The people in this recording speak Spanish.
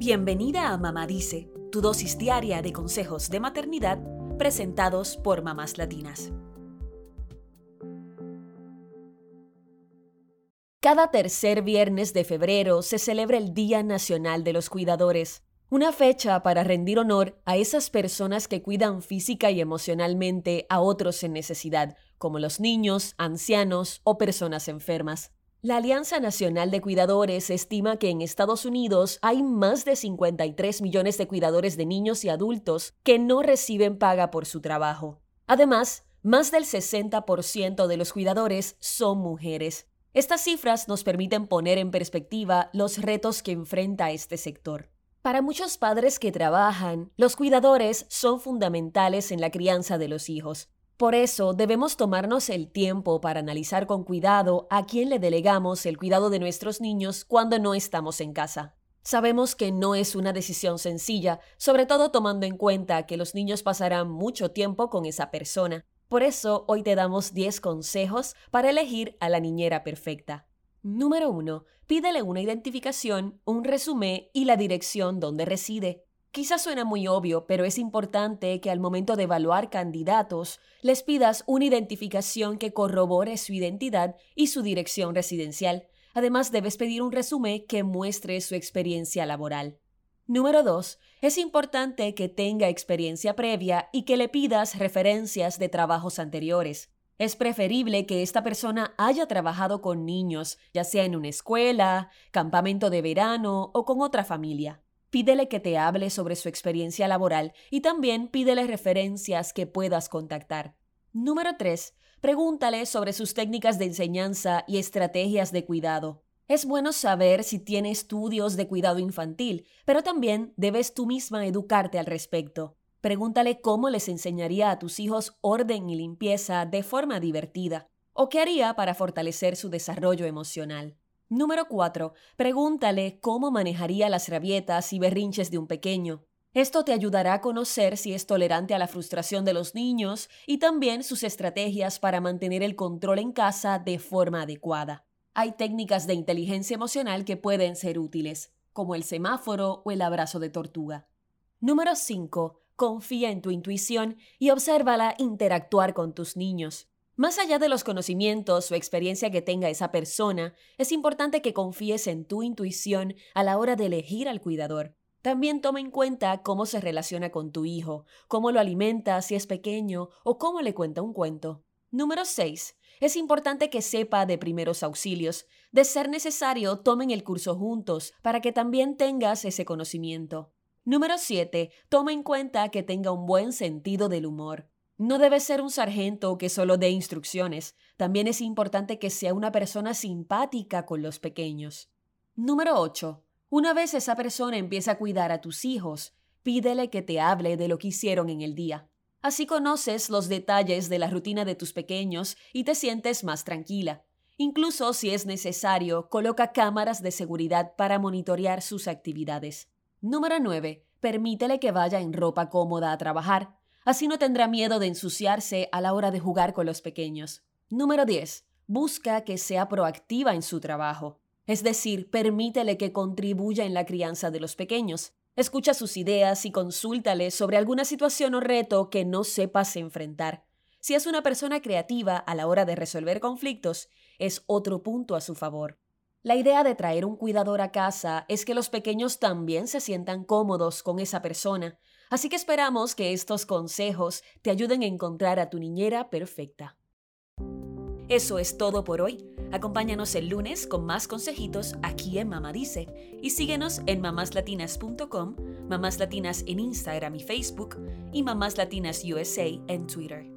Bienvenida a Mamá Dice, tu dosis diaria de consejos de maternidad presentados por mamás latinas. Cada tercer viernes de febrero se celebra el Día Nacional de los Cuidadores, una fecha para rendir honor a esas personas que cuidan física y emocionalmente a otros en necesidad, como los niños, ancianos o personas enfermas. La Alianza Nacional de Cuidadores estima que en Estados Unidos hay más de 53 millones de cuidadores de niños y adultos que no reciben paga por su trabajo. Además, más del 60% de los cuidadores son mujeres. Estas cifras nos permiten poner en perspectiva los retos que enfrenta este sector. Para muchos padres que trabajan, los cuidadores son fundamentales en la crianza de los hijos. Por eso, debemos tomarnos el tiempo para analizar con cuidado a quién le delegamos el cuidado de nuestros niños cuando no estamos en casa. Sabemos que no es una decisión sencilla, sobre todo tomando en cuenta que los niños pasarán mucho tiempo con esa persona. Por eso, hoy te damos 10 consejos para elegir a la niñera perfecta. Número 1. Pídele una identificación, un resumen y la dirección donde reside. Quizás suena muy obvio, pero es importante que al momento de evaluar candidatos, les pidas una identificación que corrobore su identidad y su dirección residencial. Además, debes pedir un resumen que muestre su experiencia laboral. Número 2. Es importante que tenga experiencia previa y que le pidas referencias de trabajos anteriores. Es preferible que esta persona haya trabajado con niños, ya sea en una escuela, campamento de verano o con otra familia. Pídele que te hable sobre su experiencia laboral y también pídele referencias que puedas contactar. Número 3. Pregúntale sobre sus técnicas de enseñanza y estrategias de cuidado. Es bueno saber si tiene estudios de cuidado infantil, pero también debes tú misma educarte al respecto. Pregúntale cómo les enseñaría a tus hijos orden y limpieza de forma divertida, o qué haría para fortalecer su desarrollo emocional. Número 4. Pregúntale cómo manejaría las rabietas y berrinches de un pequeño. Esto te ayudará a conocer si es tolerante a la frustración de los niños y también sus estrategias para mantener el control en casa de forma adecuada. Hay técnicas de inteligencia emocional que pueden ser útiles, como el semáforo o el abrazo de tortuga. Número 5. Confía en tu intuición y obsérvala interactuar con tus niños. Más allá de los conocimientos o experiencia que tenga esa persona, es importante que confíes en tu intuición a la hora de elegir al cuidador. También toma en cuenta cómo se relaciona con tu hijo, cómo lo alimenta si es pequeño o cómo le cuenta un cuento. Número 6. Es importante que sepa de primeros auxilios. De ser necesario, tomen el curso juntos para que también tengas ese conocimiento. Número 7. Toma en cuenta que tenga un buen sentido del humor. No debe ser un sargento que solo dé instrucciones. También es importante que sea una persona simpática con los pequeños. Número 8. Una vez esa persona empieza a cuidar a tus hijos, pídele que te hable de lo que hicieron en el día. Así conoces los detalles de la rutina de tus pequeños y te sientes más tranquila. Incluso si es necesario, coloca cámaras de seguridad para monitorear sus actividades. Número 9. Permítele que vaya en ropa cómoda a trabajar. Así no tendrá miedo de ensuciarse a la hora de jugar con los pequeños. Número 10. Busca que sea proactiva en su trabajo. Es decir, permítele que contribuya en la crianza de los pequeños. Escucha sus ideas y consúltale sobre alguna situación o reto que no sepas enfrentar. Si es una persona creativa a la hora de resolver conflictos, es otro punto a su favor. La idea de traer un cuidador a casa es que los pequeños también se sientan cómodos con esa persona. Así que esperamos que estos consejos te ayuden a encontrar a tu niñera perfecta. Eso es todo por hoy. Acompáñanos el lunes con más consejitos aquí en Mamá Dice y síguenos en mamáslatinas.com, Mamás Latinas en Instagram y Facebook y Mamás Latinas USA en Twitter.